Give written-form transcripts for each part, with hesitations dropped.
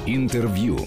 Интервью.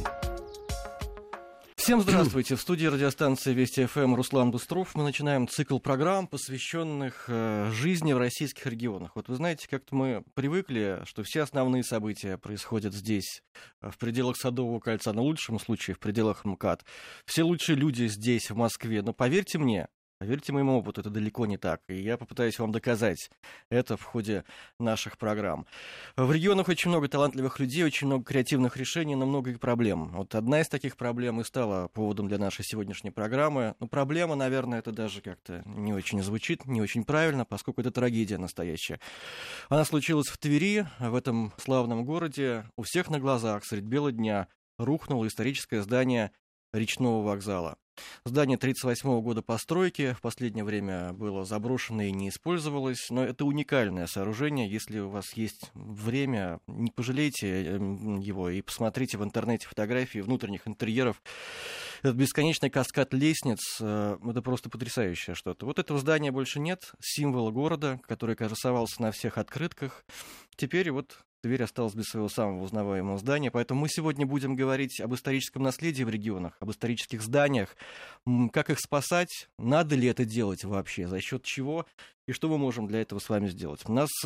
Всем здравствуйте. В студии радиостанции Вести ФМ Руслан Быстров. Мы начинаем цикл программ, посвященных жизни в российских регионах. Вот вы знаете, как-то мы привыкли, что все основные события происходят здесь, в пределах Садового кольца, на лучшем случае в пределах МКАД. Все лучшие люди здесь, в Москве. Но поверьте моему опыту, это далеко не так. И я попытаюсь вам доказать это в ходе наших программ. В регионах очень много талантливых людей, очень много креативных решений, но много и проблем. Вот одна из таких проблем и стала поводом для нашей сегодняшней программы. Но проблема, наверное, это даже как-то не очень звучит, не очень правильно, поскольку это трагедия настоящая. Она случилась в Твери, в этом славном городе. У всех на глазах средь бела дня рухнуло историческое здание речного вокзала. Здание 1938 года постройки, в последнее время было заброшено и не использовалось, но это уникальное сооружение. Если у вас есть время, не пожалейте его и посмотрите в интернете фотографии внутренних интерьеров. Этот бесконечный каскад лестниц, это просто потрясающее что-то. Вот этого здания больше нет, символа города, который красовался на всех открытках. Теперь вот Тверь осталась без своего самого узнаваемого здания, поэтому мы сегодня будем говорить об историческом наследии в регионах, об исторических зданиях, как их спасать, надо ли это делать вообще, за счет чего и что мы можем для этого с вами сделать. У нас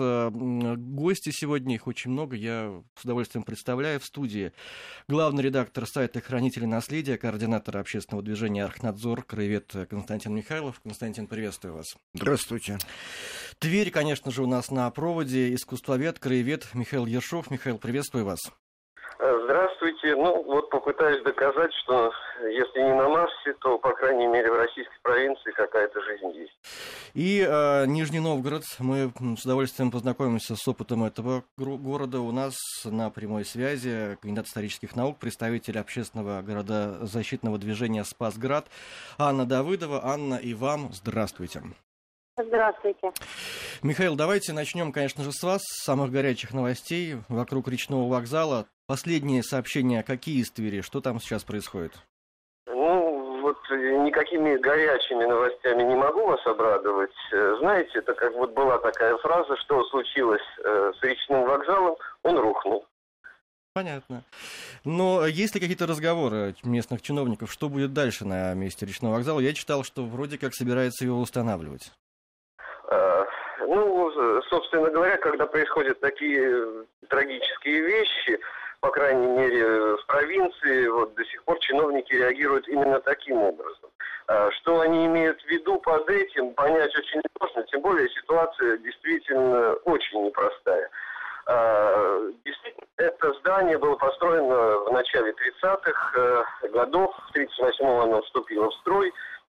гости сегодня, их очень много, я с удовольствием представляю в студии. Главный редактор сайта «Хранители наследия», координатор общественного движения «Архнадзор», краевед Константин Михайлов. Константин, приветствую вас. Здравствуйте. Тверь, конечно же, у нас на проводе, искусствовед, краевед Михаил Ершов. Михаил, приветствую вас. Здравствуйте. Вот попытаюсь доказать, что если не на Марсе, то, по крайней мере, в российской провинции какая-то жизнь есть. И Нижний Новгород. Мы с удовольствием познакомимся с опытом этого города. У нас на прямой связи кандидат исторических наук, представитель общественного городозащитного движения «Спасград» Анна Давыдова. Анна, и вам здравствуйте. Здравствуйте. Михаил, давайте начнем, конечно же, с вас, с самых горячих новостей вокруг речного вокзала. Последние сообщения какие из Твери? Что там сейчас происходит? Никакими горячими новостями не могу вас обрадовать. Знаете, это как была такая фраза, что случилось с речным вокзалом, он рухнул. Понятно. Но есть ли какие-то разговоры местных чиновников, что будет дальше на месте речного вокзала? Я читал, что вроде как собирается его восстанавливать. Собственно говоря, когда происходят такие трагические вещи, по крайней мере, в провинции, до сих пор чиновники реагируют именно таким образом. Что они имеют в виду под этим, понять очень сложно, тем более ситуация действительно очень непростая. Действительно, это здание было построено в начале 30-х годов, в 1938-м оно вступило в строй.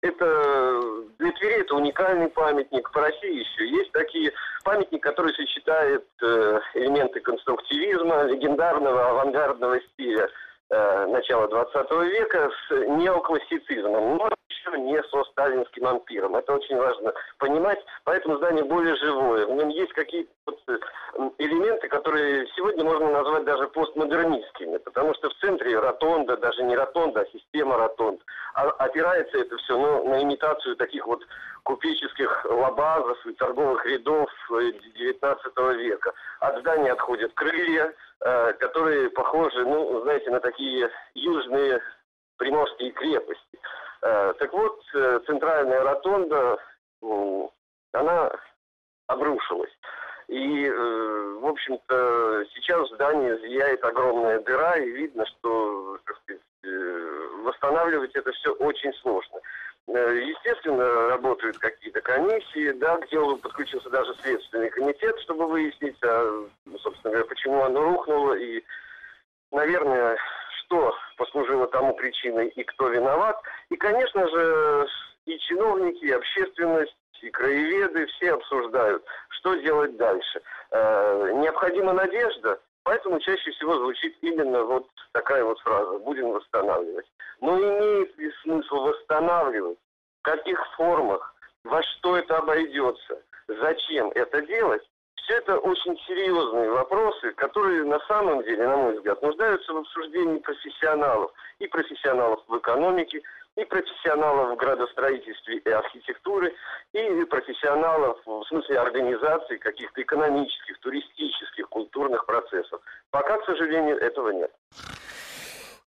Для Твери это уникальный памятник. По России еще есть такие памятники, которые сочетают элементы конструктивизма, легендарного авангардного стиля начала 20 века с неоклассицизмом, но еще не со сталинским ампиром. Это очень важно понимать, поэтому здание более живое. В нем есть какие-то элементы, которые сегодня можно назвать даже постмодернистскими, потому что в центре ротонда, даже не ротонда, а система ротонд. Опирается это все на имитацию таких купеческих лабазов и торговых рядов XIX века. От здания отходят крылья, которые похожи, на такие южные приморские крепости. Так вот, центральная ротонда, она обрушилась. И, в общем-то, сейчас в здании зияет огромная дыра, и видно, что, восстанавливать это все очень сложно. Естественно, работают какие-то комиссии, к делу подключился даже Следственный комитет, чтобы выяснить, собственно говоря, почему оно рухнуло, и, наверное, что послужило тому причиной и кто виноват. И, конечно же, и чиновники, и общественность, и краеведы все обсуждают, что делать дальше. Необходима надежда, поэтому чаще всего звучит именно такая фраза «будем восстанавливать». Но имеет ли смысл восстанавливать? В каких формах? Во что это обойдется? Зачем это делать? Все это очень серьезные вопросы, которые на самом деле, на мой взгляд, нуждаются в обсуждении профессионалов. И профессионалов в экономике, и профессионалов в градостроительстве и архитектуре, и профессионалов в смысле организации каких-то экономических, туристических, культурных процессов. Пока, к сожалению, этого нет.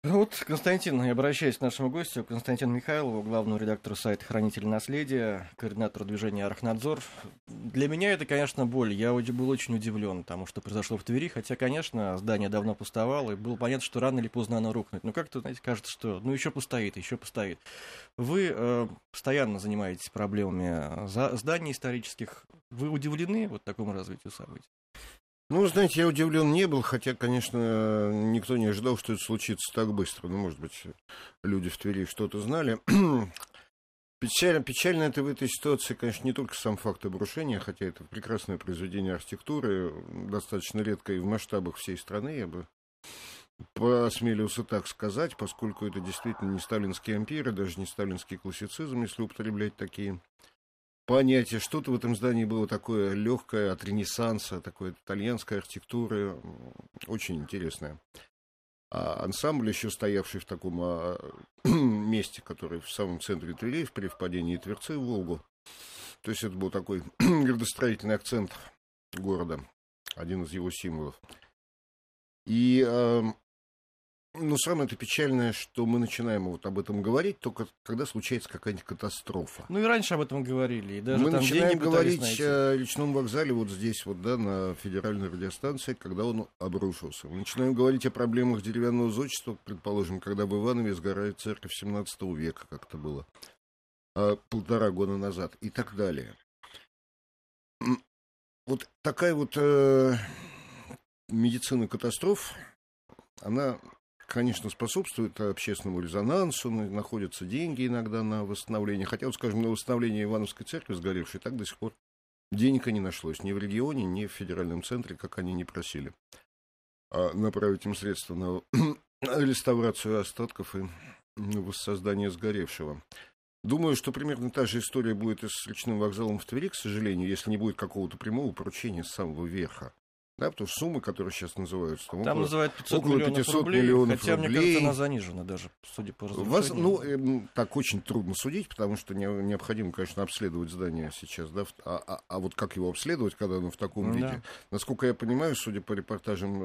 Вот, Константин, я обращаюсь к нашему гостю, Константину Михайлову, главному редактору сайта «Хранитель наследия», координатору движения «Архнадзор». Для меня это, конечно, боль. Я был очень удивлен тому, что произошло в Твери, хотя, конечно, здание давно пустовало, и было понятно, что рано или поздно оно рухнет. Но как-то, знаете, кажется, что еще постоит, еще постоит. Вы постоянно занимаетесь проблемами зданий исторических. Вы удивлены вот такому развитию событий? Ну, знаете, я удивлен не был, хотя, конечно, никто не ожидал, что это случится так быстро. Ну, может быть, люди в Твери что-то знали. Печально это в этой ситуации, конечно, не только сам факт обрушения, хотя это прекрасное произведение архитектуры, достаточно редкое и в масштабах всей страны, я бы осмелился так сказать, поскольку это действительно не сталинский ампир, и даже не сталинский классицизм, если употреблять такие понятие. Что-то в этом здании было такое легкое, от Ренессанса, такое итальянской архитектуры, очень интересное. А ансамбль, еще стоявший в таком месте, который в самом центре Твери, при впадении Тверцы в Волгу. То есть это был такой градостроительный акцент города, один из его символов. И самое-то печальное, что мы начинаем вот об этом говорить только когда случается какая-нибудь катастрофа. Ну и раньше об этом говорили. И даже мы там начинаем говорить о речном вокзале вот здесь, вот, да, на федеральной радиостанции, когда он обрушился. Мы начинаем говорить о проблемах деревянного зодчества, предположим, когда в Иванове сгорает церковь 17 века, как это было 1,5 года назад, и так далее. Вот такая вот медицина катастроф, она, конечно, способствует общественному резонансу, находятся деньги иногда на восстановление. Хотя, вот, скажем, на восстановление Ивановской церкви сгоревшей, так до сих пор денег и не нашлось. Ни в регионе, ни в федеральном центре, как они не просили. Направить им средства на реставрацию остатков и воссоздание сгоревшего. Думаю, что примерно та же история будет и с речным вокзалом в Твери, к сожалению, если не будет какого-то прямого поручения с самого верха. Да, потому что суммы, которые сейчас называются... Там называют 500 около миллионов 500 рублей, миллионов хотя, рублей. мне кажется, она занижена даже, судя по разрушению. Так очень трудно судить, потому что необходимо, конечно, обследовать здание сейчас. Да, а вот как его обследовать, когда оно в таком виде? Насколько я понимаю, судя по репортажам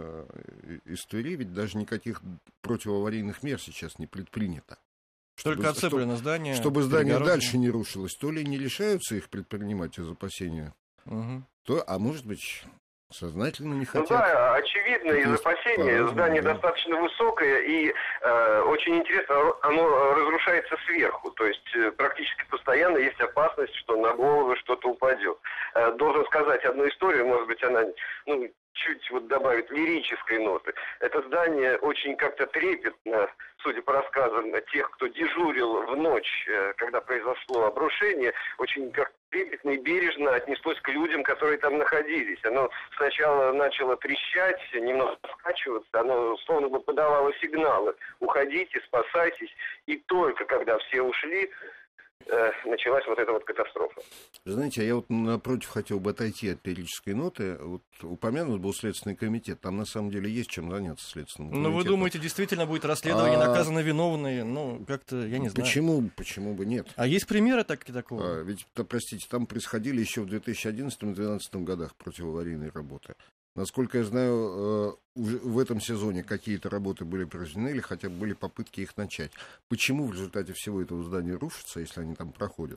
из Твери, ведь даже никаких противоаварийных мер сейчас не предпринято. Только оцеплено здание. Чтобы здание дальше не рушилось. То ли не лишаются их предпринимать из опасения, а может быть... сознательно не хотят. Ну да, очевидно, из опасения. Здание достаточно высокое, и очень интересно, оно разрушается сверху. То есть практически постоянно есть опасность, что на голову что-то упадет. Должен сказать одну историю, может быть, она чуть вот добавит лирической ноты. Это здание очень как-то трепетно, судя по рассказам тех, кто дежурил в ночь, когда произошло обрушение, очень как-то трепетно и бережно отнеслось к людям, которые там находились. Оно сначала начало трещать, немного скачиваться, оно словно бы подавало сигналы: уходите, спасайтесь. И только когда все ушли, началась вот эта вот катастрофа. Знаете, я вот напротив хотел бы отойти от лирической ноты. Вот упомянут был Следственный комитет. Там на самом деле есть чем заняться Следственным комитетом. Но вы думаете, действительно будет расследование, наказаны виновные? Как-то, я не знаю. Почему бы нет? А есть примеры такого? Ведь, простите, там происходили еще в 2011-2012 годах противоаварийные работы. Насколько я знаю, в этом сезоне какие-то работы были произведены или хотя бы были попытки их начать. Почему в результате всего этого здания рушатся, если они там проходят?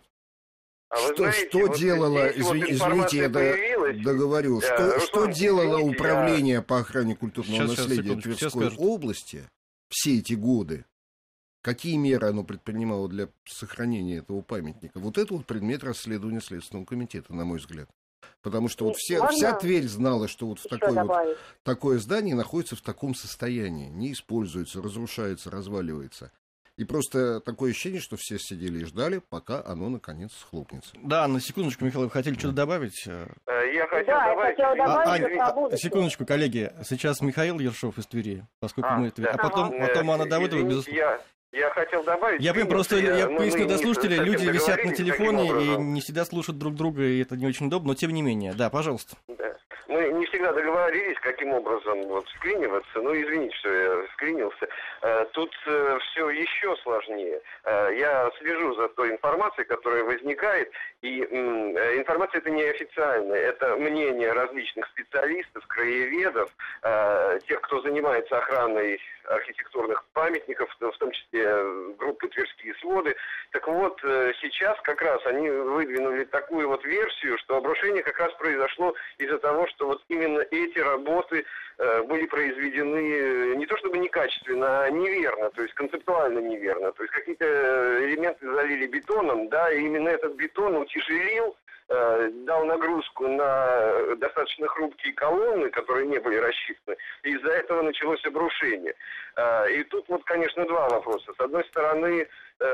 Что делало, извините, я договорю, что делало управление по охране культурного наследия Тверской области все эти годы? Какие меры оно предпринимало для сохранения этого памятника? Вот это вот предмет расследования Следственного комитета, на мой взгляд. Потому что вот вся Тверь знала, что вот такое здание находится в таком состоянии, не используется, разрушается, разваливается. И просто такое ощущение, что все сидели и ждали, пока оно наконец схлопнется. Да, на секундочку, Михаил, вы хотели что-то добавить? Я хотел добавить. Секундочку, коллеги, сейчас Михаил Ершов из Твери, поскольку мы... Да. А потом Анна Давыдова, безусловно. Я хотел добавить... Я поясню для слушателей, люди висят на телефоне и не всегда слушают друг друга, и это не очень удобно, но тем не менее. Да, пожалуйста. Да. мы не всегда договорились, каким образом вот вклиниваться. Ну, извините, что я вклинился. Тут все еще сложнее. Я слежу за той информацией, которая возникает, и информация это неофициальная, это мнение различных специалистов, краеведов, тех, кто занимается охраной архитектурных памятников, в том числе группы «Тверские своды». Так вот, сейчас как раз они выдвинули такую вот версию, что обрушение как раз произошло из-за того, что вот именно эти работы были произведены не то чтобы некачественно, а неверно, то есть концептуально неверно. То есть какие-то элементы залили бетоном, да, и именно этот бетон утяжелил, дал нагрузку на достаточно хрупкие колонны, которые не были рассчитаны, и из-за этого началось обрушение. И тут вот, конечно, два вопроса. С одной стороны,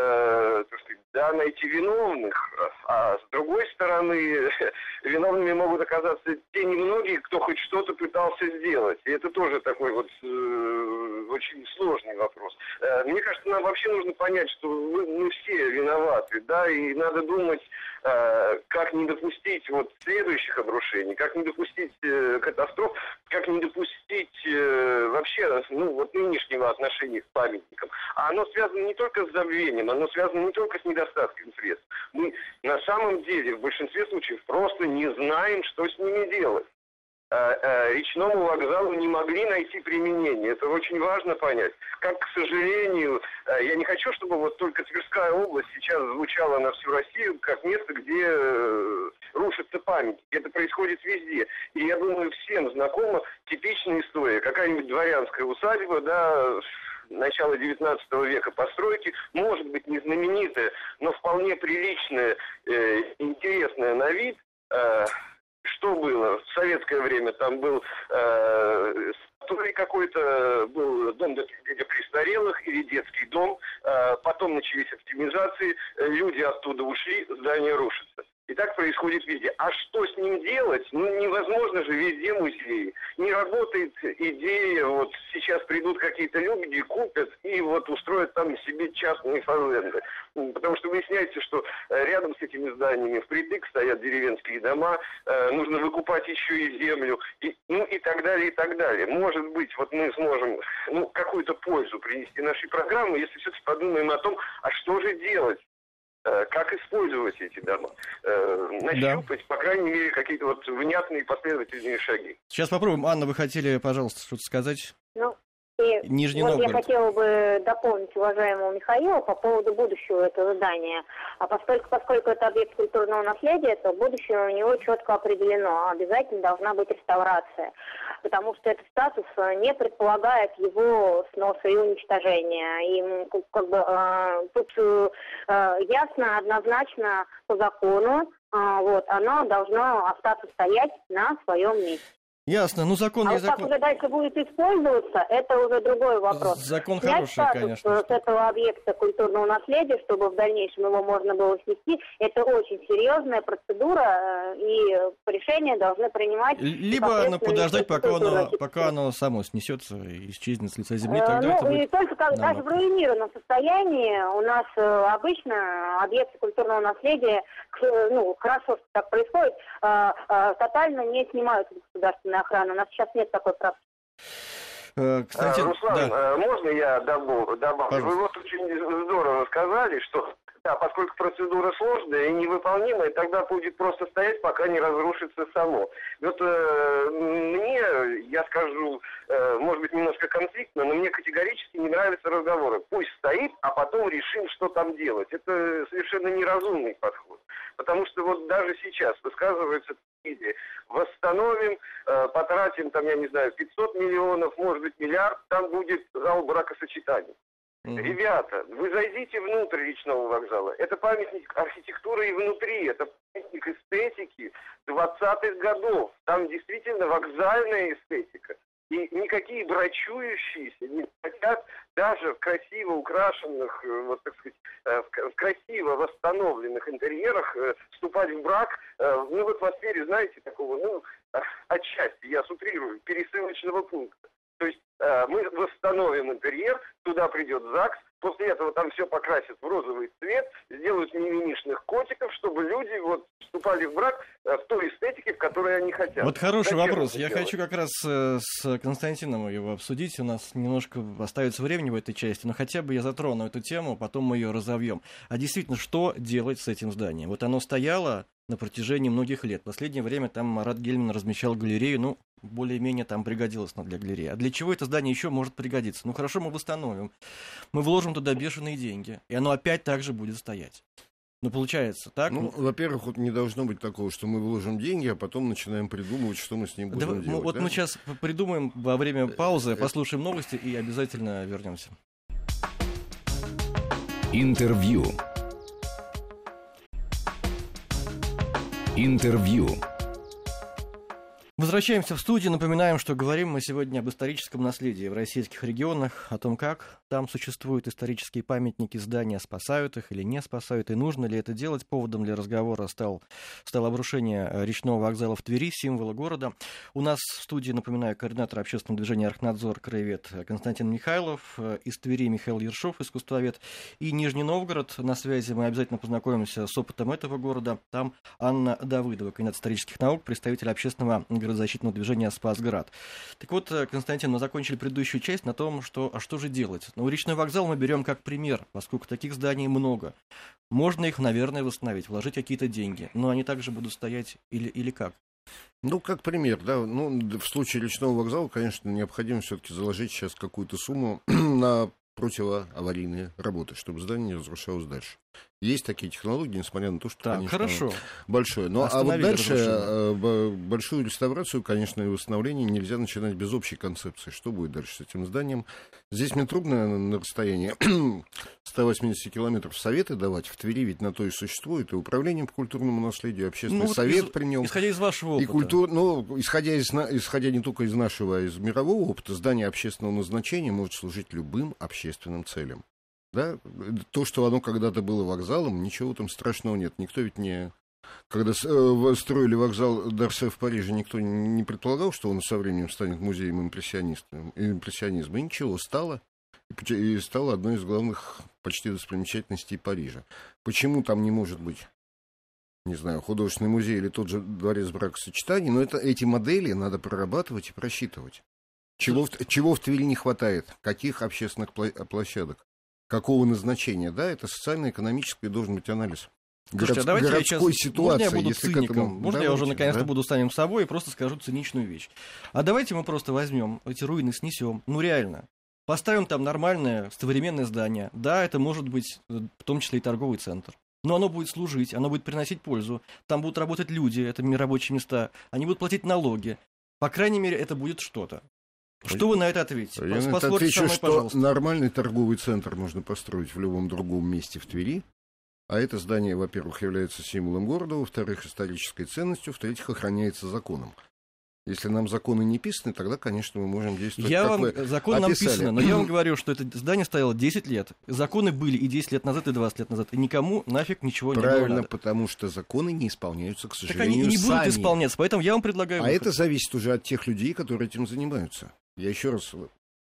да, найти виновных, а с другой стороны, виновными могут оказаться те немногие, кто хоть что-то пытался сделать. И это тоже такой вот очень сложный вопрос. Мне кажется, нам вообще нужно понять, что мы все виноваты, да, и надо думать, как не допустить вот следующих обрушений, как не допустить катастроф, как не допустить вообще, ну, вот нынешнего отношения к памятникам. А оно связано не только с забвением, оно связано не только с недостатком средств. Мы на самом деле в большинстве случаев просто не знаем, что с ними делать. Речному вокзалу не могли найти применение. Это очень важно понять. Как, к сожалению, я не хочу, чтобы вот только Тверская область сейчас звучала на всю Россию как место, где рушатся памятники. Это происходит везде. И я думаю, всем знакома типичная история. Какая-нибудь дворянская усадьба, да, начала 19 века постройки, может быть не знаменитая, но вполне приличная, интересная на вид. Что было? В советское время там был какой-то, был дом для престарелых или детский дом, потом начались оптимизации, люди оттуда ушли, здание рушится. И так происходит везде. А что с ним делать? Ну, невозможно же, везде музеи. Не работает идея, вот сейчас придут какие-то люди, купят и вот устроят там себе частные фазенды. Потому что выясняется, что рядом с этими зданиями впритык стоят деревенские дома, нужно выкупать еще и землю, и так далее, и так далее. Может быть, вот мы сможем какую-то пользу принести нашей программе, если все-таки подумаем о том, а что же делать? Как использовать эти дома, нащупать, по крайней мере, какие-то вот внятные последовательные шаги. Сейчас попробуем. Анна, вы хотели, пожалуйста, что-то сказать? Нижний Новгород. Я хотела бы дополнить уважаемого Михаила по поводу будущего этого здания. А поскольку это объект культурного наследия, то будущее у него четко определено. Обязательно должна быть реставрация. Потому что этот статус не предполагает его сноса и уничтожения. И тут ясно, однозначно по закону, оно должно остаться стоять на своем месте. Ясно, закон не закон. Как уже дальше будет использоваться, это уже другой вопрос. Закон хороший, конечно. С этого объекта культурного наследия, чтобы в дальнейшем его можно было снести, это очень серьезная процедура, и решения должны принимать... Либо подождать, пока оно само снесется и исчезнет с лица земли. И только даже в руинированном состоянии у нас обычно объекты культурного наследия, хорошо, что так происходит, тотально не снимаются государственной охраны. У нас сейчас нет такой практики. Кстати, Руслан, да. Можно я добавлю? Вы вот очень здорово сказали, что поскольку процедура сложная и невыполнимая, тогда будет просто стоять, пока не разрушится само. Вот я скажу, может быть, немножко конфликтно, но мне категорически не нравятся разговоры. Пусть стоит, а потом решим, что там делать. Это совершенно неразумный подход. Потому что вот даже сейчас высказываются идеи. Восстановим, потратим, 500 миллионов, может быть, миллиард, там будет зал бракосочетаний. Ребята, вы зайдите внутрь речного вокзала. Это памятник архитектуры и внутри, это памятник эстетики 20-х годов. Там действительно вокзальная эстетика. И никакие брачующиеся не хотят даже в красиво украшенных, в красиво восстановленных интерьерах вступать в брак, в атмосфере, знаете, такого, отчасти, я сутрирую, пересылочного пункта. То есть мы восстановим интерьер, туда придет ЗАГС, После этого там все покрасят в розовый цвет, сделают мимимишных котиков, чтобы люди вот вступали в брак в той эстетике, в которой они хотят. Вот хороший вопрос. Я хочу как раз с Константином его обсудить. У нас немножко остается времени в этой части, но хотя бы я затрону эту тему, потом мы ее разовьем. А действительно, что делать с этим зданием? Вот оно стояло на протяжении многих лет. В последнее время там Марат Гельман размещал галерею, ну, более-менее там пригодилось для галереи. А для чего это здание еще может пригодиться? Ну, хорошо, мы восстановим. Мы вложим туда бешеные деньги, и оно опять так же будет стоять. Ну, получается, так? Ну, во-первых, вот не должно быть такого, что мы вложим деньги, а потом начинаем придумывать, что мы с ним будем делать. Вот да? Мы сейчас придумаем во время паузы, послушаем новости и обязательно вернемся. Интервью. Возвращаемся в студию. Напоминаем, что говорим мы сегодня об историческом наследии в российских регионах, о том, как там существуют исторические памятники, здания, спасают их или не спасают, и нужно ли это делать. Поводом для разговора стало обрушение речного вокзала в Твери, символа города. У нас в студии, напоминаю, координатор общественного движения «Архнадзор», краевед Константин Михайлов, из Твери Михаил Ершов, искусствовед, и Нижний Новгород на связи. Мы обязательно познакомимся с опытом этого города. Там Анна Давыдова, кандидат исторических наук, представитель общественного городозащитного движения «Спасград». Так вот, Константин, мы закончили предыдущую часть на том, что же делать. Ну, речной вокзал мы берем как пример, поскольку таких зданий много. Можно их, наверное, восстановить, вложить какие-то деньги, но они также будут стоять или как? Ну, как пример, да. Ну, в случае речного вокзала, конечно, необходимо все-таки заложить сейчас какую-то сумму на противоаварийные работы, чтобы здание не разрушалось дальше. Есть такие технологии, несмотря на то, что, так, конечно, хорошо. Большое. Но а вот дальше большую реставрацию, конечно, и восстановление нельзя начинать без общей концепции. Что будет дальше с этим зданием? Здесь мне трудно на расстоянии 180 километров советы давать. В Твери ведь на то и существует и управление по культурному наследию, общественный совет при нем. Исходя из вашего опыта. Исходя не только из нашего, а из мирового опыта, здание общественного назначения может служить любым общественным целям. Да? То, что оно когда-то было вокзалом, ничего там страшного нет. Никто ведь не... Когда строили вокзал Дарсе в Париже, никто не предполагал, что он со временем станет музеем импрессионизма. И ничего, стало. И стало одной из главных почти достопримечательностей Парижа. Почему там не может быть, не знаю, художественный музей или тот же дворец бракосочетаний? Но эти модели надо прорабатывать и просчитывать. Чего в Твери не хватает? Каких общественных площадок? Какого назначения? Да, это социально-экономический должен быть анализ. Слушайте, а давайте городской я сейчас, ситуации. Можно я буду циником? Можно я уже наконец-то буду самим собой и просто скажу циничную вещь? А давайте мы просто возьмем эти руины, снесем. Ну реально. Поставим там нормальное современное здание. Да, это может быть в том числе и торговый центр. Но оно будет служить, оно будет приносить пользу. Там будут работать люди, это рабочие места. Они будут платить налоги. По крайней мере, это будет что-то. Что вы на это ответите? Я на это отвечу, что пожалуйста. Нормальный торговый центр можно построить в любом другом месте в Твери. А это здание, во-первых, является символом города, во-вторых, исторической ценностью, в-третьих, охраняется законом. Если нам законы не писаны, тогда, конечно, мы можем действовать, закон нам писано, но я вам говорю, что это здание стояло 10 лет. Законы были и 10 лет назад, и 20 лет назад. И никому нафиг ничего не было надо. Правильно, потому что законы не исполняются, к сожалению, так они и не сами. будут исполняться, поэтому я вам предлагаю... Это зависит уже от тех людей, которые этим занимаются. Я еще раз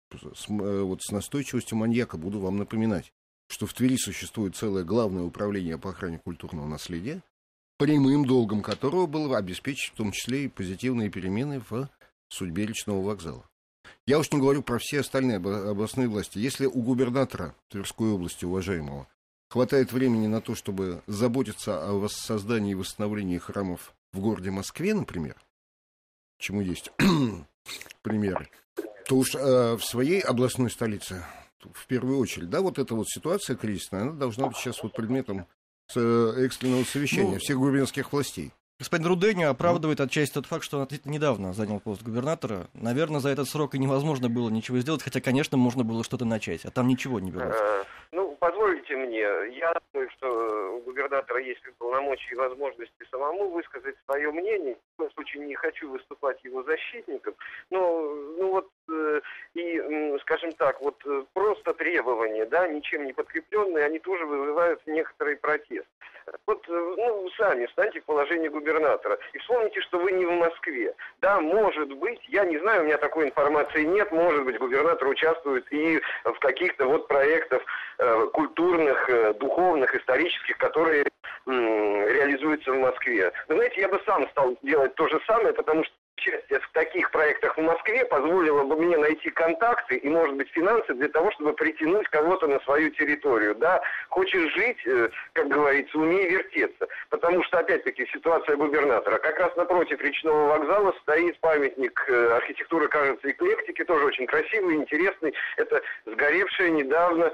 с настойчивостью маньяка буду вам напоминать, что в Твери существует целое главное управление по охране культурного наследия, прямым долгом которого было обеспечить в том числе и позитивные перемены в судьбе речного вокзала. Я уж не говорю про все остальные областные власти. Если у губернатора Тверской области, уважаемого, хватает времени на то, чтобы заботиться о воссоздании и восстановлении храмов в городе Москве, например, чему есть примеры, то уж в своей областной столице, в первую очередь, да, вот эта вот ситуация кризисная, она должна быть сейчас вот предметом экстренного совещания всех губернских властей. Господин Руденя оправдывает отчасти тот факт, что он недавно занял пост губернатора. Наверное, за этот срок и невозможно было ничего сделать, хотя, конечно, можно было что-то начать, а там ничего не берется. Позвольте мне, я думаю, что у губернатора есть полномочия и возможности самому высказать свое мнение. В любом случае не хочу выступать его защитником, но скажем так, просто требования, да, ничем не подкрепленные, они тоже вызывают некоторый протест. Вот, сами станьте в положение губернатора и вспомните, что вы не в Москве. Да, может быть, я не знаю, у меня такой информации нет, может быть, губернатор участвует и в каких-то вот проектах культурных, духовных, исторических, которые реализуются в Москве. Но, знаете, я бы сам стал делать то же самое, потому что участие в таких проектах в Москве позволило бы мне найти контакты и, может быть, финансы для того, чтобы притянуть кого-то на свою территорию. Да, хочешь жить, как говорится, умей вертеться. Потому что, опять-таки, ситуация губернатора. Как раз напротив речного вокзала стоит памятник архитектуры, кажется, эклектики, тоже очень красивый, интересный. Это сгоревшая недавно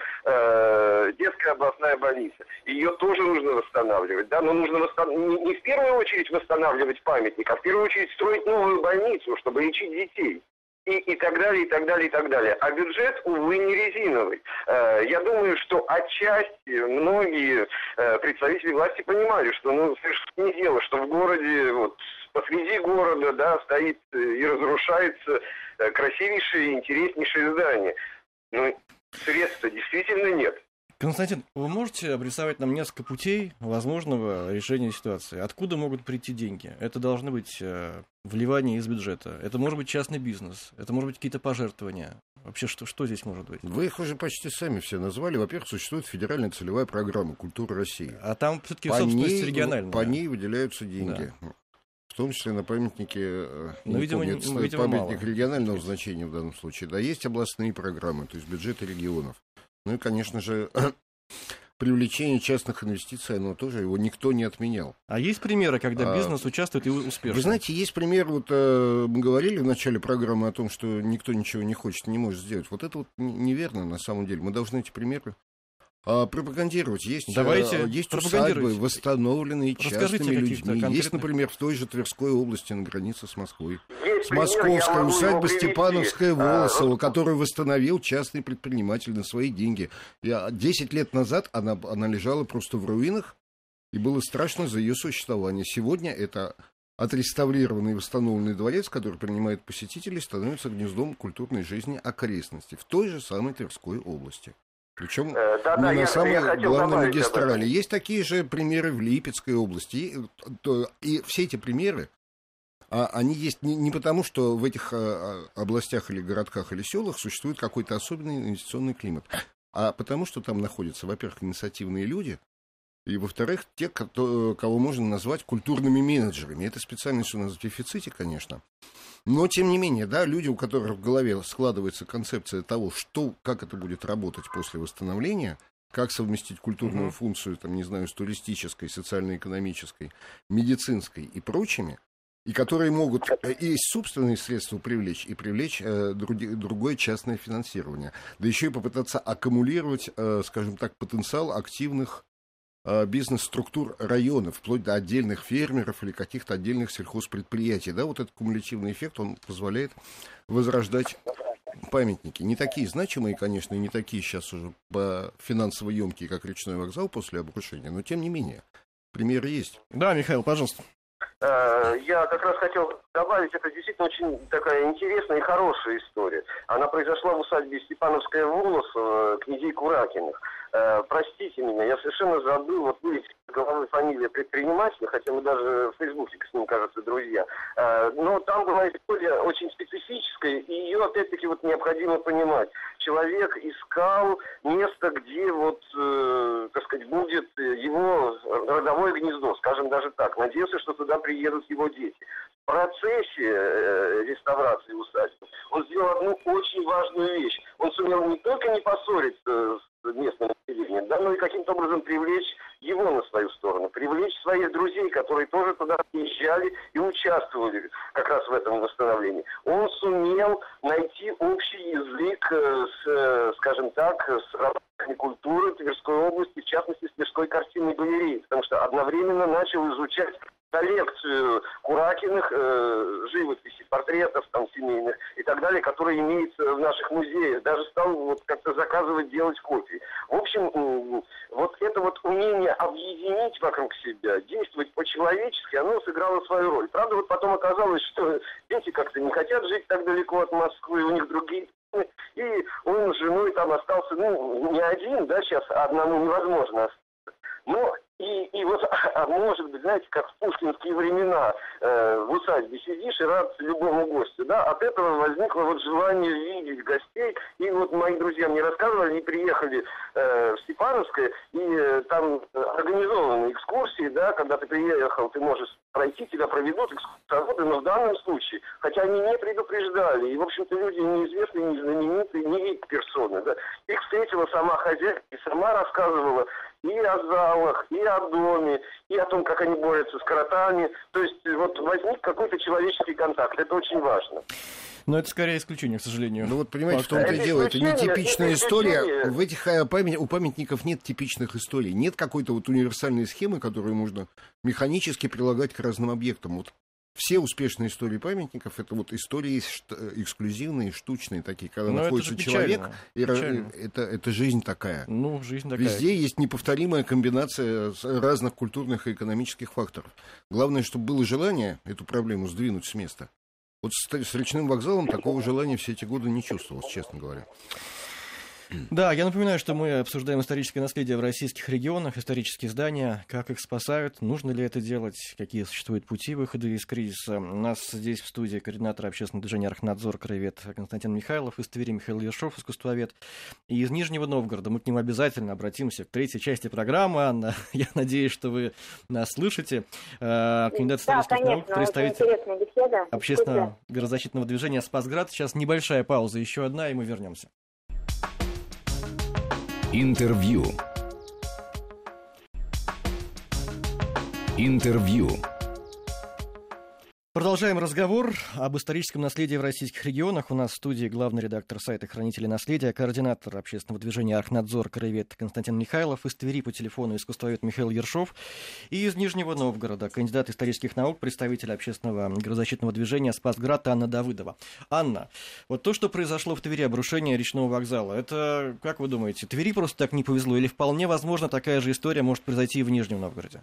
детская областная больница. Ее тоже нужно восстанавливать. Да, но нужно не в первую очередь восстанавливать памятник, а в первую очередь строить новую больницу, чтобы лечить детей. И так далее, и так далее, и так далее. А бюджет, увы, не резиновый. Я думаю, что отчасти многие представители власти понимали, что совершенно не дело, что в городе, вот посреди города, да, стоит и разрушается красивейшее и интереснейшее здание. Но средств действительно нет. Константин, вы можете обрисовать нам несколько путей возможного решения ситуации? Откуда могут прийти деньги? Это должны быть вливания из бюджета, это может быть частный бизнес, это может быть какие-то пожертвования. Вообще, что здесь может быть? Вы их уже почти сами все назвали. Во-первых, существует федеральная целевая программа «Культура России». А там все-таки собственность региональная. По ней выделяются деньги. Да. В том числе на памятники, видимо, памятник регионального значения в данном случае. Да, есть областные программы, то есть бюджеты регионов. Ну и, конечно же, привлечение частных инвестиций, оно тоже, его никто не отменял. А есть примеры, когда бизнес участвует и успешно? Вы знаете, есть пример, вот мы говорили в начале программы о том, что никто ничего не хочет, не может сделать. Вот это вот неверно на самом деле. Мы должны эти примеры пропагандировать. Есть усадьбы, восстановленные частными людьми. Есть, например, в той же Тверской области на границе с Москвой. С Московской усадьба Степановская Волосово, которую восстановил частный предприниматель на свои деньги. 10 лет назад она лежала просто в руинах, и было страшно за ее существование. Сегодня это отреставрированный и восстановленный дворец, который принимает посетителей, становится гнездом культурной жизни окрестностей в той же самой Тверской области. Причем не на самой главной магистрали. Есть такие же примеры в Липецкой области. И все эти примеры, они есть не потому, что в этих областях или городках или селах существует какой-то особенный инвестиционный климат, а потому, что там находятся, во-первых, инициативные люди, и, во-вторых, те, кого можно назвать культурными менеджерами. Это специальность у нас в дефиците, конечно. Но, тем не менее, да, люди, у которых в голове складывается концепция того, как это будет работать после восстановления, как совместить культурную функцию, там, не знаю, с туристической, социально-экономической, медицинской и прочими, и которые могут и собственные средства привлечь, и привлечь другое частное финансирование. Да еще и попытаться аккумулировать, скажем так, потенциал активных бизнес-структур районов, вплоть до отдельных фермеров или каких-то отдельных сельхозпредприятий. Да, вот этот кумулятивный эффект, он позволяет возрождать памятники. Не такие значимые, конечно, и не такие сейчас уже финансово емкие, как речной вокзал после обрушения, но тем не менее, примеры есть. Да, Михаил, пожалуйста. Я как раз хотел добавить, это действительно очень такая интересная и хорошая история. Она произошла в усадьбе Степановская Волосово князей Куракиных. Простите меня, я совершенно забыл, вот вылетела из головы фамилия предпринимателя, хотя мы даже в Фейсбуке с ним, кажется, друзья. Но там была история очень специфическая, и ее, опять-таки, вот необходимо понимать. Человек искал место, где вот, так сказать, будет его родовое гнездо, скажем даже так. Надеялся, что туда приедут его дети. В процессе реставрации усадьбы он сделал одну очень важную вещь. Он сумел не только не поссориться с местным населением, да, но и каким-то образом привлечь его на свою сторону, привлечь своих друзей, которые тоже туда приезжали и участвовали как раз в этом восстановлении. Он сумел найти общий язык с, скажем так, с работниками культуры Тверской области, в частности, с Тверской картинной галереей, потому что одновременно начал изучать коллекцию Куракиных, живописи, портретов там семейных и так далее, которые имеются в наших музеях. Даже стал вот как-то заказывать, делать копии. В общем, вот это вот умение объединить вокруг себя, действовать по-человечески, оно сыграло свою роль. Правда, вот потом оказалось, что дети как-то не хотят жить так далеко от Москвы, у них другие. И он с женой там остался, не один, да, сейчас одному невозможно остаться. Но и вот а может быть, знаете, как в пушкинские времена, в усадьбе сидишь и рад любому гостю, да, от этого возникло вот желание видеть гостей, и вот мои друзья мне рассказывали, они приехали в Степановское, и там организованы экскурсии, да, когда ты приехал, ты можешь пройти, тебя проведут экскурсоводы, но в данном случае, хотя они не предупреждали, и, в общем-то, люди неизвестные, не знаменитые, не вип-персоны, да, их встретила сама хозяйка и сама рассказывала и о залах, и о доме, и о том, как они борются с кротами. То есть вот возник какой-то человеческий контакт. Это очень важно. Но это скорее исключение, к сожалению. Ну вот понимаете, в том-то и дело, это не типичная история. В этих у памятников нет типичных историй. Нет какой-то вот универсальной схемы, которую можно механически прилагать к разным объектам. Вот все успешные истории памятников — это вот истории эксклюзивные, штучные такие, когда находится человек, и это жизнь такая. Ну, жизнь такая. Везде есть неповторимая комбинация разных культурных и экономических факторов. Главное, чтобы было желание эту проблему сдвинуть с места. Вот с речным вокзалом такого желания все эти годы не чувствовалось, честно говоря. Да, я напоминаю, что мы обсуждаем историческое наследие в российских регионах, исторические здания, как их спасают, нужно ли это делать, какие существуют пути выхода из кризиса. У нас здесь в студии координатор общественного движения «Архнадзор», краевед Константин Михайлов, из Твери Михаил Ершов, искусствовед, и из Нижнего Новгорода. Мы к ним обязательно обратимся в третьей части программы. Анна, я надеюсь, что вы нас слышите. Кандидат исторических наук, представитель общественного городозащитного движения «Спасград». Сейчас небольшая пауза, еще одна, и мы вернемся. Интервью. Продолжаем разговор об историческом наследии в российских регионах. У нас в студии главный редактор сайта «Хранители наследия», координатор общественного движения «Архнадзор», краевед Константин Михайлов, из Твери по телефону искусствовед Михаил Ершов, и из Нижнего Новгорода кандидат исторических наук, представитель общественного городозащитного движения «Спасград» Анна Давыдова. Анна, вот то, что произошло в Твери, обрушение речного вокзала, это, как вы думаете, Твери просто так не повезло, или вполне возможно такая же история может произойти и в Нижнем Новгороде?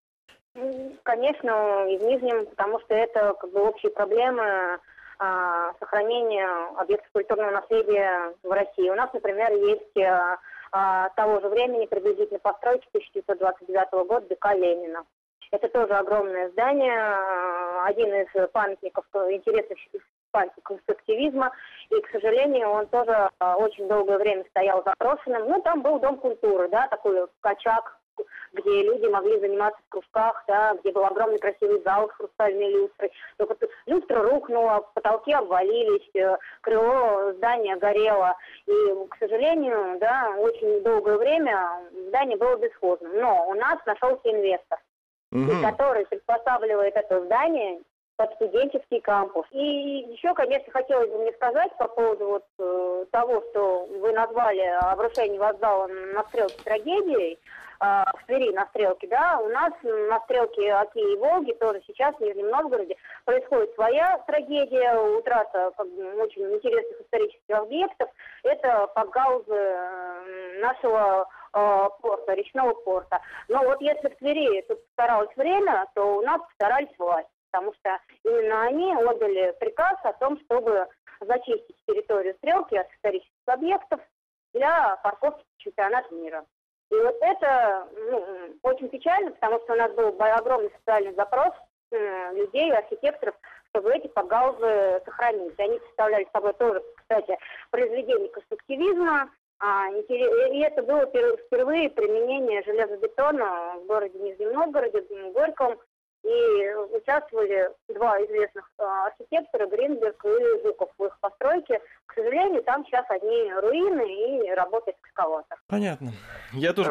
Конечно, и в Нижнем, потому что это как бы общие проблемы сохранения объектов культурного наследия в России. У нас, например, есть того же времени приблизительно постройки 1929 года ДК Ленина. Это тоже огромное здание, один из памятников, интересных памятников конструктивизма, и, к сожалению, он тоже очень долгое время стоял заброшенным. Ну, там был дом культуры, да, такой качак, где люди могли заниматься в кружках, да, где был огромный красивый зал с хрустальной люстрой. Только люстра рухнула, потолки обвалились, крыло здания горело. И, к сожалению, да, очень долгое время здание было бесхозным. Но у нас нашелся инвестор, который приспосабливает это здание под студенческий кампус. И еще, конечно, хотелось бы мне сказать по поводу вот того, что вы назвали обрушение вокзала на стрелке трагедией, в Твери на стрелке, да, у нас на стрелке Оки и Волги тоже сейчас в Нижнем Новгороде происходит своя трагедия, утрата очень интересных исторических объектов. Это пакгаузы нашего порта, речного порта. Но вот если в Твери тут постаралось время, то у нас постарались власти, потому что именно они отдали приказ о том, чтобы зачистить территорию стрелки от исторических объектов для парковки чемпионата мира. И вот это очень печально, потому что у нас был огромный социальный запрос людей, архитекторов, чтобы эти пакгаузы сохранить. Они представляли собой тоже, кстати, произведение конструктивизма, и это было впервые применение железобетона в городе Нижнем Новгороде, в Горьком, и участвовали два известных архитектора, Гринберг и Жуков, в их постройке. К сожалению, там сейчас одни руины и работает экскаватор. Понятно. Я тоже...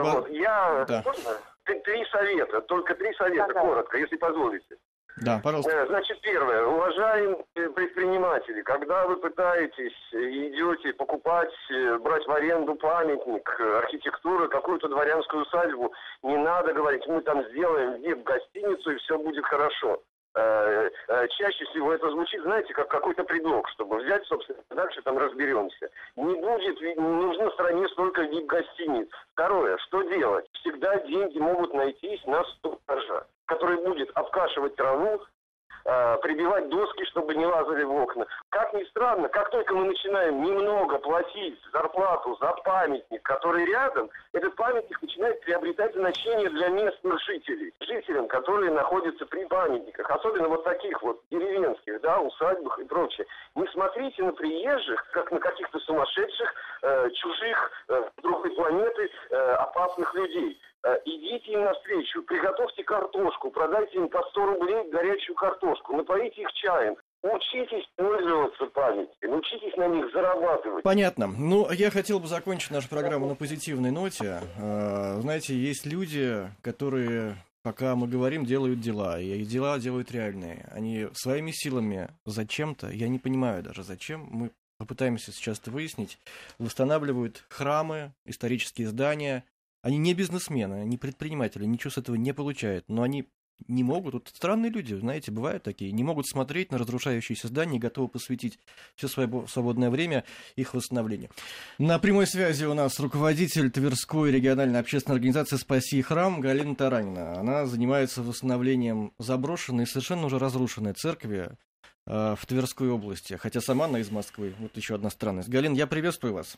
Три совета, только три совета, коротко, если позволите. Да, пожалуйста. Значит, первое. Уважаемые предприниматели, когда вы пытаетесь, идете покупать, брать в аренду памятник, архитектуру, какую-то дворянскую усадьбу, не надо говорить, мы там сделаем вип-гостиницу и все будет хорошо. Чаще всего это звучит, знаете, как какой-то предлог, чтобы взять, собственно, дальше там разберемся. Не нужно стране столько вип-гостиниц. Второе, что делать? Всегда деньги могут найтись на сторожа, который будет обкашивать траву, прибивать доски, чтобы не лазали в окна. Как ни странно, как только мы начинаем немного платить зарплату за памятник, который рядом, этот памятник начинает приобретать значение для местных жителей. Жителям, которые находятся при памятниках, особенно вот таких вот деревенских, да, усадьбах и прочее. Не смотрите на приезжих, как на каких-то сумасшедших, чужих, другой планеты, опасных людей. Идите им навстречу, приготовьте картошку, продайте им по 100 рублей горячую картошку, напоите их чаем. Учитесь пользоваться памятью, учитесь на них зарабатывать. Понятно. Ну, я хотел бы закончить нашу программу на позитивной ноте. Знаете, есть люди, которые, пока мы говорим, делают дела, и дела делают реальные. Они своими силами зачем-то, я не понимаю даже зачем, мы попытаемся сейчас это выяснить, восстанавливают храмы, исторические здания. Они не бизнесмены, не предприниматели, ничего с этого не получают, но они не могут, вот странные люди, знаете, бывают такие, не могут смотреть на разрушающиеся здания и готовы посвятить все свое свободное время их восстановлению. На прямой связи у нас руководитель Тверской региональной общественной организации «Спаси храм» Галина Таранина. Она занимается восстановлением заброшенной, совершенно уже разрушенной церкви в Тверской области, хотя сама она из Москвы. Вот еще одна странность. Галина, я приветствую вас.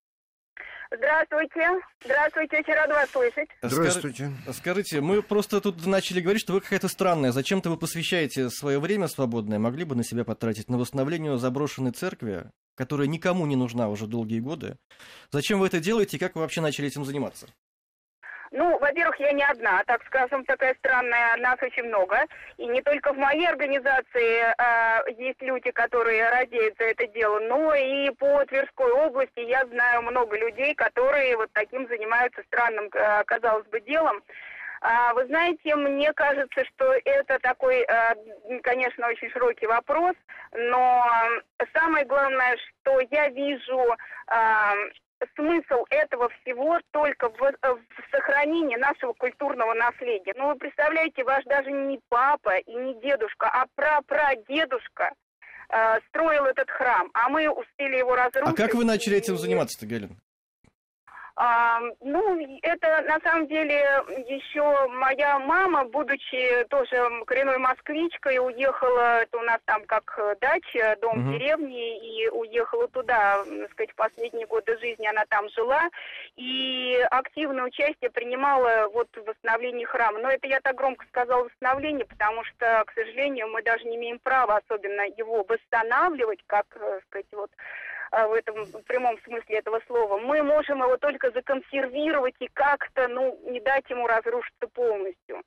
Здравствуйте. Здравствуйте, очень рада вас слышать. Здравствуйте. Скажите, мы просто тут начали говорить, что вы какая-то странная. Зачем-то вы посвящаете свое время свободное, могли бы на себя потратить, на восстановление заброшенной церкви, которая никому не нужна уже долгие годы. Зачем вы это делаете и как вы вообще начали этим заниматься? Ну, во-первых, я не одна, так скажем, такая странная, нас очень много. И не только в моей организации есть люди, которые радеют за это дело, но и по Тверской области я знаю много людей, которые вот таким занимаются странным, казалось бы, делом. Вы знаете, мне кажется, что это такой, конечно, очень широкий вопрос, но самое главное, что я вижу смысл этого всего только в сохранении нашего культурного наследия. Ну, вы представляете, ваш даже не папа и не дедушка, а прапрадедушка строил этот храм, а мы успели его разрушить. А как вы начали этим заниматься-то, Галина? Ну, это на самом деле еще моя мама, будучи тоже коренной москвичкой, уехала, это у нас там как дача, дом в деревне, и уехала туда, так сказать, в последние годы жизни она там жила, и активное участие принимала вот в восстановлении храма. Но это я так громко сказала восстановление, потому что, к сожалению, мы даже не имеем права особенно его восстанавливать, как, так сказать, вот в этом в прямом смысле этого слова. Мы можем его только законсервировать и как-то, не дать ему разрушиться полностью.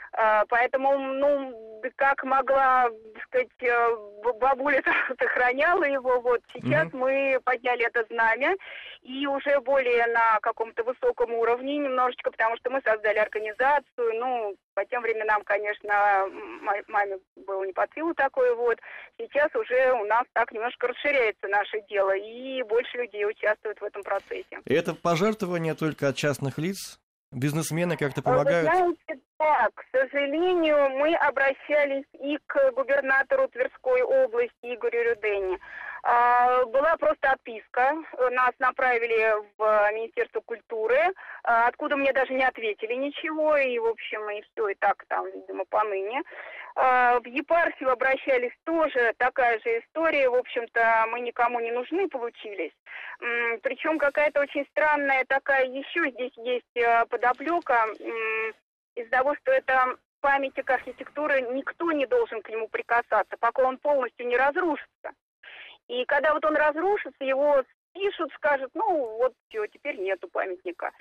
Поэтому, как могла, так сказать, бабуля сохраняла его, вот сейчас мы подняли это знамя, и уже более на каком-то высоком уровне немножечко, потому что мы создали организацию, по тем временам, конечно, маме было не под силу такое вот, сейчас уже у нас так немножко расширяется наше дело, и больше людей участвуют в этом процессе. И это пожертвование только от частных лиц? Бизнесмены как-то помогают? Вы знаете, да, к сожалению, мы обращались и к губернатору Тверской области Игорю Рюдени. Была просто отписка, нас направили в Министерство культуры, откуда мне даже не ответили ничего, и, в общем, и все, и так там, видимо, поныне. В епархию обращались тоже, такая же история, в общем-то, мы никому не нужны получились. Причем какая-то очень странная такая еще здесь есть подоплека, из-за того, что это памятник архитектуры, никто не должен к нему прикасаться, пока он полностью не разрушится. И когда вот он разрушится, его спишут, скажут, вот все, теперь нету памятника.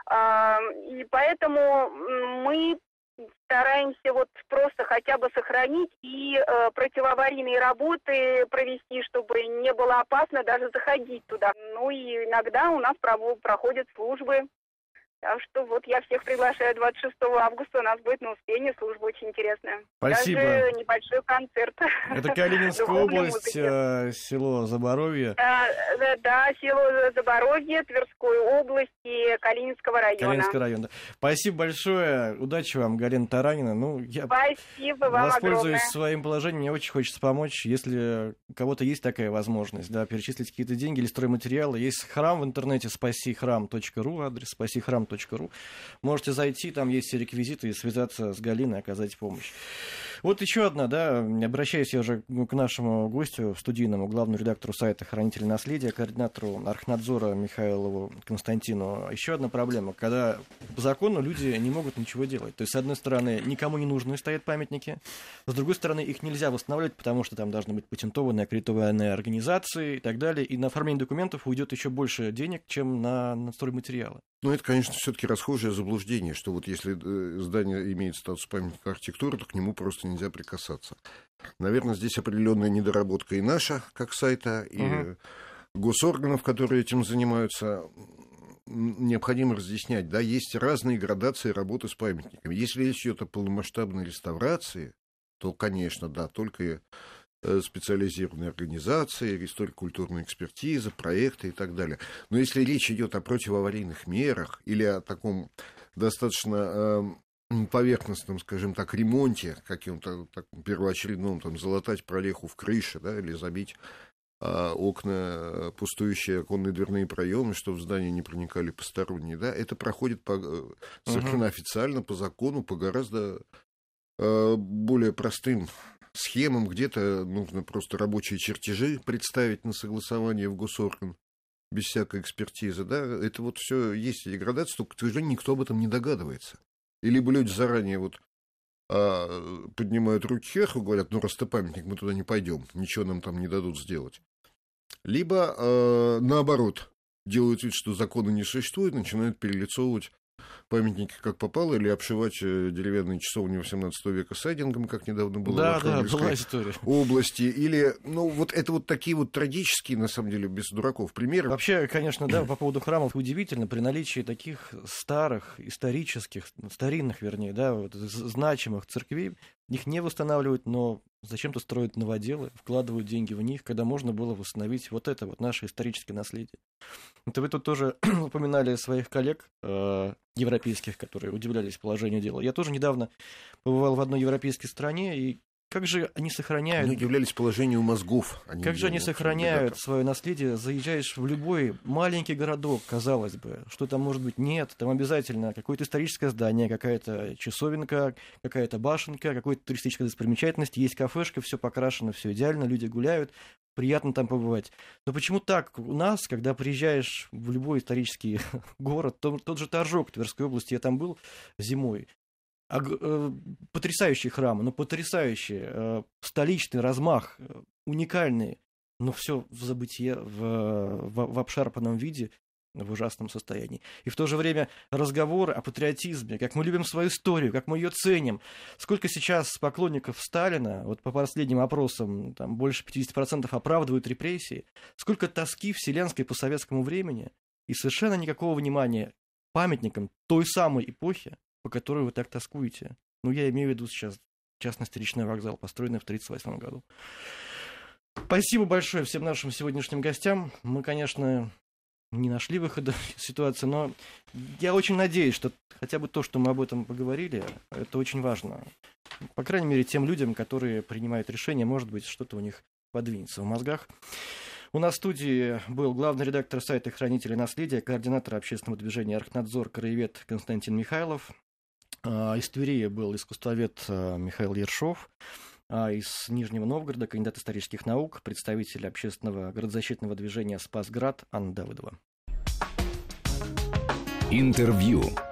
И поэтому мы стараемся вот просто хотя бы сохранить и противоаварийные работы провести, чтобы не было опасно даже заходить туда. И иногда у нас проходят службы. Так что вот я всех приглашаю 26 августа, у нас будет на Успении, служба очень интересная. Спасибо. Даже небольшой концерт. Это Калининская область, село Заборовье. Да, село Заборовье, Тверской области, Калининского района. Калининский район, да. Спасибо большое, удачи вам, Галина Таранина. Я Спасибо вам воспользуюсь огромное. своим положением, мне очень хочется помочь, если у кого-то есть такая возможность, перечислить какие-то деньги или стройматериалы. Есть храм в интернете спасихрам.ру, адрес спасихрам.ру. Можете зайти, там есть все реквизиты, и связаться с Галиной, оказать помощь. Вот еще одна, да, обращаюсь я уже к нашему гостю, студийному, главному редактору сайта «Хранители наследия», координатору Архнадзора Михайлову Константину. Еще одна проблема, когда по закону люди не могут ничего делать. То есть, с одной стороны, никому не нужны стоят памятники, с другой стороны, их нельзя восстанавливать, потому что там должны быть патентованные, аккредитованные организации и так далее, и на оформление документов уйдет еще больше денег, чем на стройматериалы. Ну, это, конечно, все-таки расхожее заблуждение, что вот если здание имеет статус памятника архитектуры, то к нему просто нельзя прикасаться. Наверное, здесь определенная недоработка и наша, как сайта, и госорганов, которые этим занимаются. Необходимо разъяснять, да, есть разные градации работы с памятниками. Если речь идет о полномасштабной реставрации, то, конечно, да, только специализированные организации, историко-культурная экспертиза, проекты и так далее. Но если речь идет о противоаварийных мерах или о таком достаточно поверхностном, скажем так, ремонте, каким-то первоочередном, там, залатать прореху в крыше, да, или забить окна, пустующие оконные дверные проемы, чтобы в здание не проникали посторонние, да, это проходит совершенно официально, по закону, по гораздо более простым схемам. Где-то нужно просто рабочие чертежи представить на согласование в госорган без всякой экспертизы, да, это вот все есть деградация, только, к сожалению, никто об этом не догадывается. И либо люди заранее вот поднимают руки вверх и говорят, ну, раз это памятник, мы туда не пойдем, ничего нам там не дадут сделать. Либо, наоборот, делают вид, что закона не существует, начинают перелицовывать памятники как попало, или обшивать деревянные часовни XVIII века сайдингом, как недавно было в Архангельской области. Или, ну, вот это вот такие вот трагические, на самом деле, без дураков примеры. Вообще, конечно, да, по поводу храмов удивительно, при наличии таких старых, исторических, старинных, вернее, да, вот, значимых церквей, их не восстанавливают, но зачем-то строят новоделы, вкладывают деньги в них, когда можно было восстановить вот это вот наше историческое наследие. Это вы тут тоже упоминали своих коллег европейских, которые удивлялись положению дела. Я тоже недавно побывал в одной европейской стране, и как же они сохраняют... Они удивлялись положению мозгов. Как же они сохраняют свое наследие? Заезжаешь в любой маленький городок, казалось бы, что там может быть? Нет, там обязательно какое-то историческое здание, какая-то часовенка, какая-то башенка, какая-то туристическая достопримечательность, есть кафешка, все покрашено, все идеально, люди гуляют, приятно там побывать. Но почему так у нас, когда приезжаешь в любой исторический город, тот же Торжок Тверской области, я там был зимой, потрясающие храмы, потрясающие, столичный размах, уникальный, но все в забытье, в обшарпанном виде, в ужасном состоянии. И в то же время разговоры о патриотизме, как мы любим свою историю, как мы ее ценим. Сколько сейчас поклонников Сталина, вот по последним опросам, там больше 50% оправдывают репрессии, сколько тоски вселенской по советскому времени, и совершенно никакого внимания памятникам той самой эпохи, по которой вы так тоскуете. Ну, я имею в виду сейчас, в частности, речной вокзал, построенный в 1938 году. Спасибо большое всем нашим сегодняшним гостям. Мы, конечно, не нашли выхода из ситуации, но я очень надеюсь, что хотя бы то, что мы об этом поговорили, это очень важно. По крайней мере, тем людям, которые принимают решения, может быть, что-то у них подвинется в мозгах. У нас в студии был главный редактор сайта «Хранители наследия», координатор общественного движения «Архнадзор», краевед Константин Михайлов. Из Твери был искусствовед Михаил Ершов. Из Нижнего Новгорода кандидат исторических наук, представитель общественного городозащитного движения «Спасград» Анна Давыдова. Интервью.